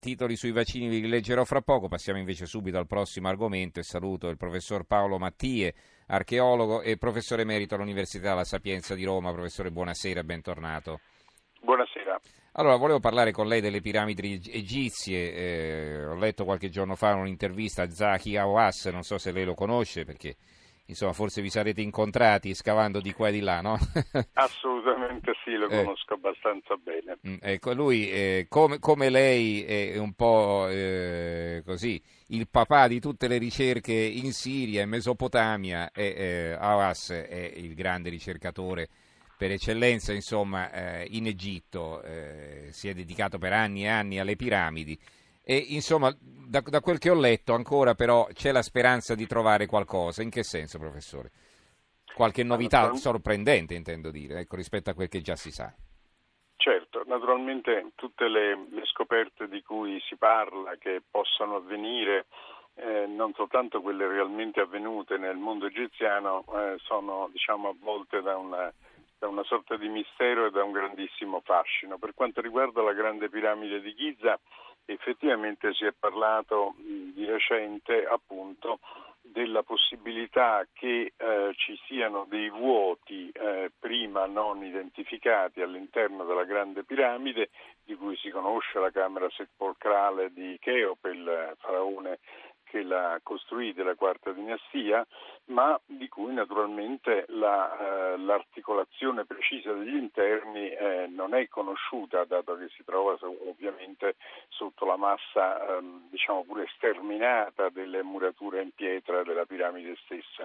titoli sui vaccini vi leggerò fra poco, passiamo invece subito al prossimo argomento e saluto il professor Paolo Mattie, archeologo e professore emerito all'Università La Sapienza di Roma. Professore, buonasera, bentornato. Buonasera. Allora, volevo parlare con lei delle piramidi egizie. Ho letto qualche giorno fa un'intervista a Zahi Hawass, non so se lei lo conosce, perché insomma forse vi sarete incontrati scavando di qua e di là, no? Assolutamente sì, lo conosco abbastanza bene. Ecco, lui, come lei, è un po' così il papà di tutte le ricerche in Siria e Mesopotamia, e Hawass è il grande ricercatore per eccellenza, insomma, in Egitto. Si è dedicato per anni e anni alle piramidi e, insomma, da quel che ho letto ancora però c'è la speranza di trovare qualcosa. In che senso, professore? Qualche novità sorprendente, intendo dire, ecco, rispetto a quel che già si sa. Certo, naturalmente tutte le scoperte di cui si parla, che possano avvenire, non soltanto quelle realmente avvenute nel mondo egiziano, sono, diciamo, avvolte da una sorta di mistero e da un grandissimo fascino. Per quanto riguarda la grande piramide di Giza, effettivamente si è parlato di recente, appunto, della possibilità che ci siano dei vuoti prima non identificati all'interno della grande piramide, di cui si conosce la camera sepolcrale di Cheope, il faraone che l'ha costruita, la quarta dinastia, ma di cui naturalmente l'articolazione precisa degli interni non è conosciuta, dato che si trova ovviamente sotto la massa diciamo pure sterminata delle murature in pietra della piramide stessa.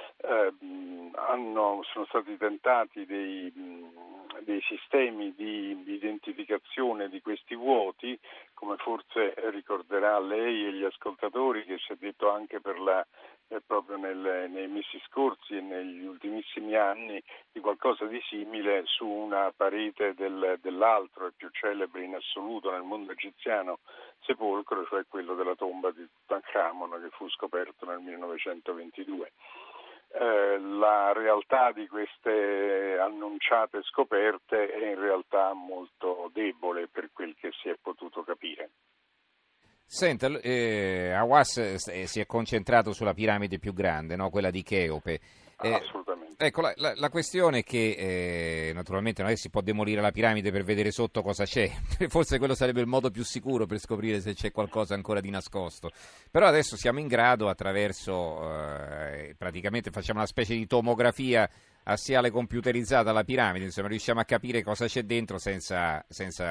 Sono stati tentati dei sistemi di identificazione di questi vuoti, come forse ricorderà lei e gli ascoltatori, che si è detto anche proprio nei mesi scorsi e negli ultimissimi anni di qualcosa di simile su una parete dell'altro e più celebre in assoluto nel mondo egiziano sepolcro, cioè quello della tomba di Tutankhamon, che fu scoperto nel 1922. La realtà di queste annunciate scoperte è in realtà molto debole per quel che si è potuto capire. Senta, Hawass si è concentrato sulla piramide più grande, no? Quella di Cheope. Assolutamente. Ecco, la questione è che naturalmente non è che si può demolire la piramide per vedere sotto cosa c'è, forse quello sarebbe il modo più sicuro per scoprire se c'è qualcosa ancora di nascosto, però adesso siamo in grado, attraverso, praticamente facciamo una specie di tomografia assiale computerizzata alla piramide, insomma riusciamo a capire cosa c'è dentro senza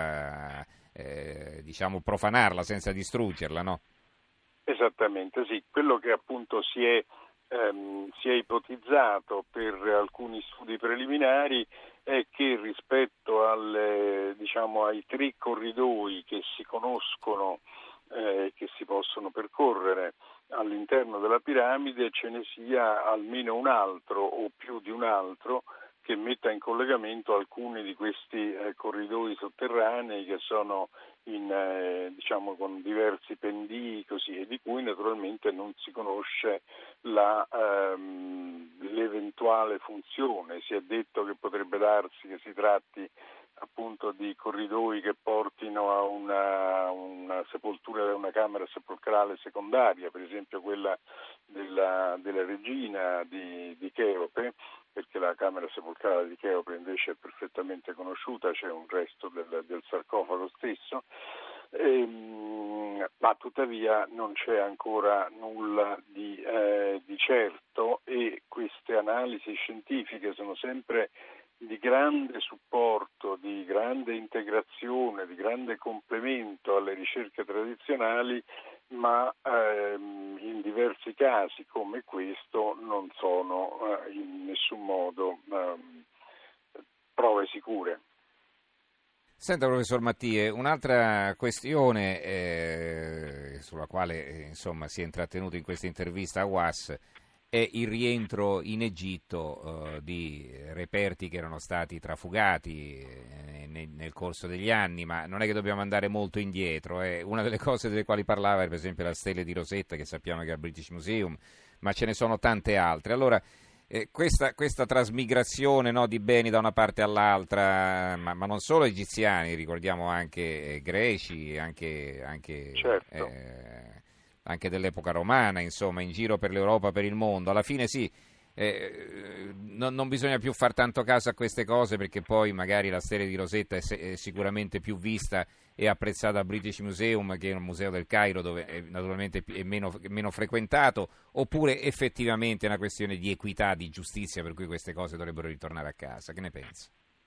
diciamo profanarla, senza distruggerla, no? Esattamente, sì. Quello che appunto si è ipotizzato per alcuni studi preliminari è che rispetto ai tre corridoi che si conoscono, che si possono percorrere all'interno della piramide, ce ne sia almeno un altro o più di un altro che metta in collegamento alcuni di questi corridoi sotterranei che sono con diversi pendii, così, e di cui naturalmente non si conosce l'eventuale funzione. Si è detto che potrebbe darsi che si tratti appunto di corridoi che portino a una sepoltura, una camera sepolcrale secondaria, per esempio quella della regina di Cheope, perché la camera sepolcrale di Cheope invece è perfettamente conosciuta, c'è un resto del sarcofago stesso, ma tuttavia non c'è ancora nulla di certo, e queste analisi scientifiche sono sempre di grande supporto, di grande integrazione, di grande complemento alle ricerche tradizionali, ma in diversi casi come questo non sono in nessun modo prove sicure. Senta, professor Mattie, un'altra questione sulla quale insomma si è intrattenuto in questa intervista a Hawass è il rientro in Egitto di reperti che erano stati trafugati nel corso degli anni, ma non è che dobbiamo andare molto indietro. Una delle cose delle quali parlava era per esempio la stele di Rosetta, che sappiamo che è al British Museum, ma ce ne sono tante altre. Allora, questa trasmigrazione, no, di beni da una parte all'altra, ma non solo egiziani, ricordiamo anche greci, Certo. anche dell'epoca romana, insomma, in giro per l'Europa, per il mondo. Alla fine sì, non bisogna più far tanto caso a queste cose, perché poi magari la Stele di Rosetta è sicuramente più vista e apprezzata al British Museum, che è un museo del Cairo, dove naturalmente è meno frequentato, oppure effettivamente è una questione di equità, di giustizia, per cui queste cose dovrebbero ritornare a casa. Che ne pensi?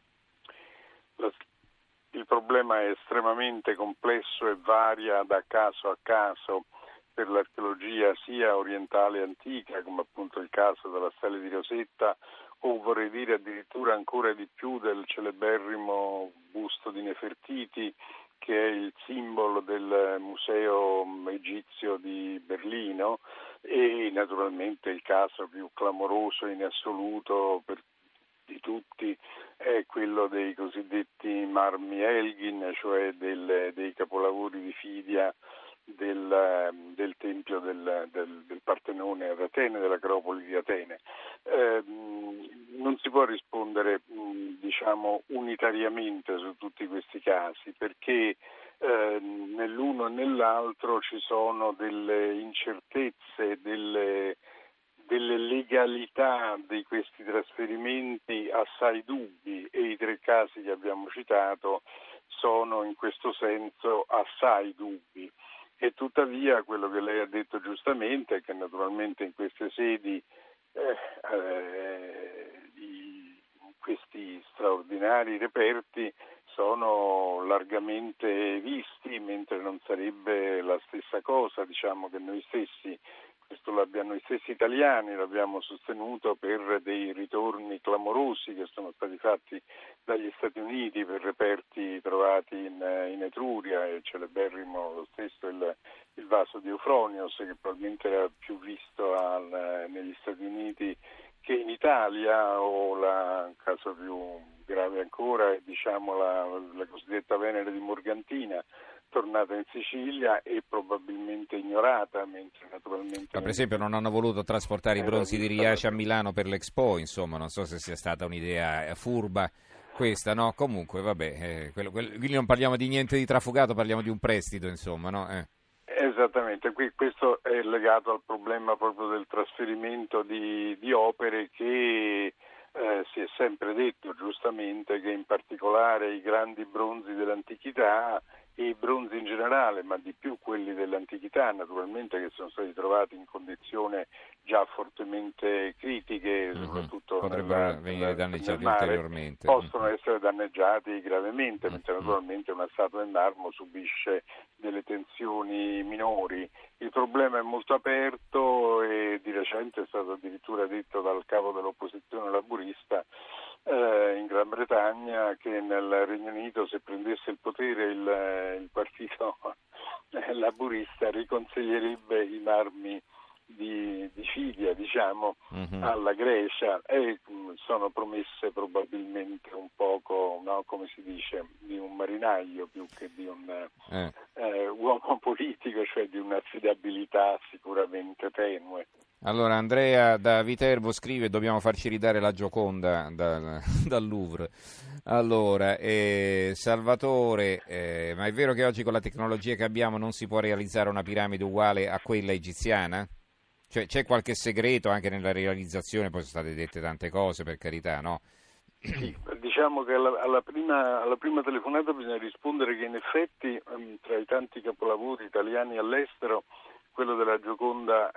Il problema è estremamente complesso e varia da caso a caso per l'archeologia sia orientale antica, come appunto il caso della Stele di Rosetta, o vorrei dire addirittura ancora di più del celeberrimo busto di Nefertiti, che è il simbolo del museo egizio di Berlino, e naturalmente il caso più clamoroso in assoluto di tutti è quello dei cosiddetti marmi Elgin, cioè dei capolavori di Fidia del Tempio del Partenone ad Atene, dell'Acropoli di Atene. Non si può rispondere diciamo unitariamente su tutti questi casi, perché nell'uno e nell'altro ci sono delle incertezze, delle legalità di questi trasferimenti assai dubbi, e i tre casi che abbiamo citato sono in questo senso assai dubbi. E tuttavia quello che lei ha detto giustamente è che naturalmente in queste sedi questi straordinari reperti sono largamente visti, mentre non sarebbe la stessa cosa, diciamo, che noi stessi, questo noi stessi italiani l'abbiamo sostenuto per dei ritorni clamorosi che sono stati fatti dagli Stati Uniti per reperti trovati in Etruria, e celeberrimo lo stesso il vaso di Eufronios, che probabilmente era più visto negli Stati Uniti che in Italia, o il caso più grave ancora è diciamo la cosiddetta Venere di Morgantina, tornata in Sicilia e probabilmente ignorata, mentre naturalmente... Ma per esempio non hanno voluto trasportare i bronzi di Riace a Milano per l'Expo, insomma, non so se sia stata un'idea furba questa, no? Comunque, vabbè, qui non parliamo di niente di trafugato, parliamo di un prestito, insomma, no? Esattamente, questo è legato al problema proprio del trasferimento di opere che si è sempre detto giustamente che in particolare i grandi bronzi dell'antichità e i bronzi in generale, ma di più quelli dell'antichità naturalmente, che sono stati trovati in condizioni già fortemente critiche, soprattutto potrebbero venire danneggiati nel mare, ulteriormente. possono essere danneggiati gravemente, mentre naturalmente una statua in marmo subisce delle tensioni minori. Il problema è molto aperto e di recente è stato addirittura detto dal capo dell'opposizione laburista in Gran Bretagna che nel Regno Unito, se prendesse il potere il partito laburista, riconsiglierebbe i marmi di Fidia, diciamo, alla Grecia, e sono promesse probabilmente un poco, no, come si dice, di un marinaio più che di un uomo politico, cioè di un'affidabilità sicuramente tenue. Allora, Andrea da Viterbo scrive: dobbiamo farci ridare la Gioconda dal Louvre. Allora, Salvatore, ma è vero che oggi con la tecnologia che abbiamo non si può realizzare una piramide uguale a quella egiziana? Cioè, c'è qualche segreto anche nella realizzazione? Poi sono state dette tante cose, per carità, no? Sì, diciamo che alla prima telefonata bisogna rispondere che in effetti tra i tanti capolavori italiani all'estero quello della Gioconda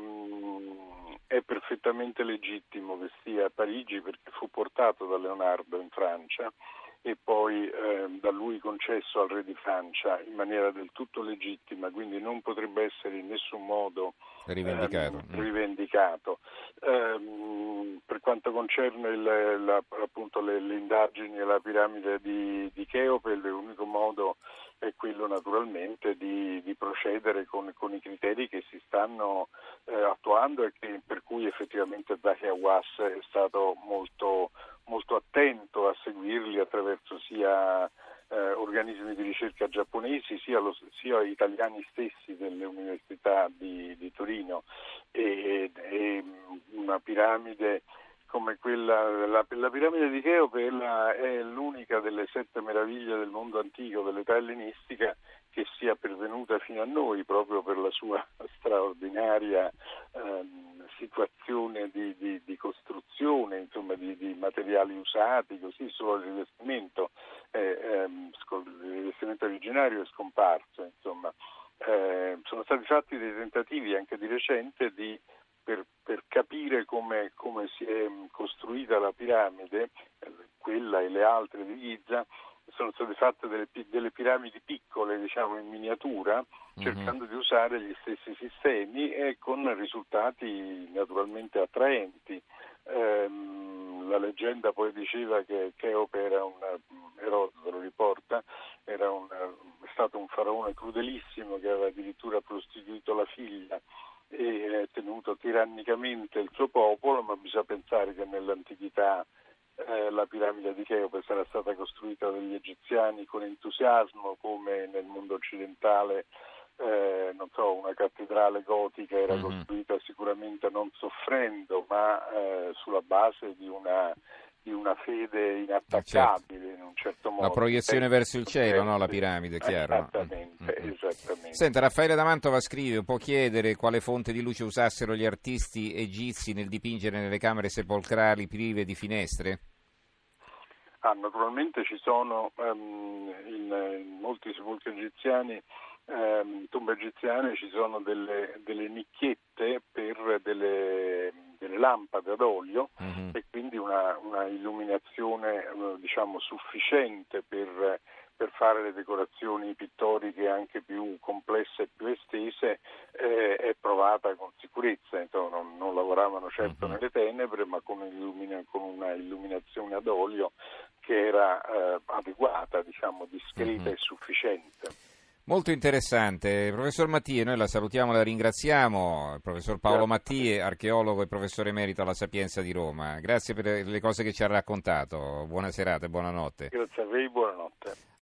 è perfettamente legittimo che sia a Parigi, perché fu portato da Leonardo in Francia e poi da lui concesso al re di Francia in maniera del tutto legittima, quindi non potrebbe essere in nessun modo rivendicato. Per quanto concerne appunto le indagini e la piramide di Cheope, l'unico modo è quello naturalmente di procedere con i criteri che si stanno attuando e per cui effettivamente Zahi Hawass è stato molto, molto attento a seguirli attraverso sia organismi di ricerca giapponesi sia italiani stessi delle università di Torino, e una piramide come quella, la piramide di Cheope è l'unica delle 7 meraviglie del mondo antico, dell'età ellenistica, che sia pervenuta fino a noi proprio per la sua straordinaria situazione di costruzione, insomma di materiali usati, così solo il rivestimento originario è scomparso, insomma. Sono stati fatti dei tentativi anche di recente per capire come si è costruita la piramide, quella e le altre di Giza. Sono state fatte delle piramidi piccole, diciamo in miniatura, cercando di usare gli stessi sistemi e con risultati naturalmente attraenti. La leggenda poi diceva che Cheope Erodoto lo riporta, è stato un faraone crudelissimo che aveva addirittura prostituito la figlia e tenuto tirannicamente il suo popolo, ma bisogna pensare che nell'antichità la piramide di Cheope sarà stata costruita dagli egiziani con entusiasmo, come nel mondo occidentale una cattedrale gotica era costruita sicuramente non soffrendo, ma sulla base di una fede inattaccabile, in un certo modo. La proiezione verso il cielo, no? La piramide, chiaro. Esattamente. Senta, Raffaele da Mantova scrive: può chiedere quale fonte di luce usassero gli artisti egizi nel dipingere nelle camere sepolcrali prive di finestre? Naturalmente ci sono in molti sepolcri egiziani, tombe egiziane, ci sono delle nicchiette per delle lampade ad olio e quindi una illuminazione diciamo sufficiente per fare le decorazioni pittoriche anche più complesse e più estese è provata con sicurezza. Insomma, non lavoravano certo nelle tenebre, ma con una illuminazione ad olio che era adeguata, diciamo, discreta e sufficiente. Molto interessante. Professor Mattie, noi la salutiamo, la ringraziamo. Il professor Paolo Mattie, archeologo e professore emerito alla Sapienza di Roma. Grazie per le cose che ci ha raccontato. Buona serata e buonanotte. Grazie a lei, buonanotte.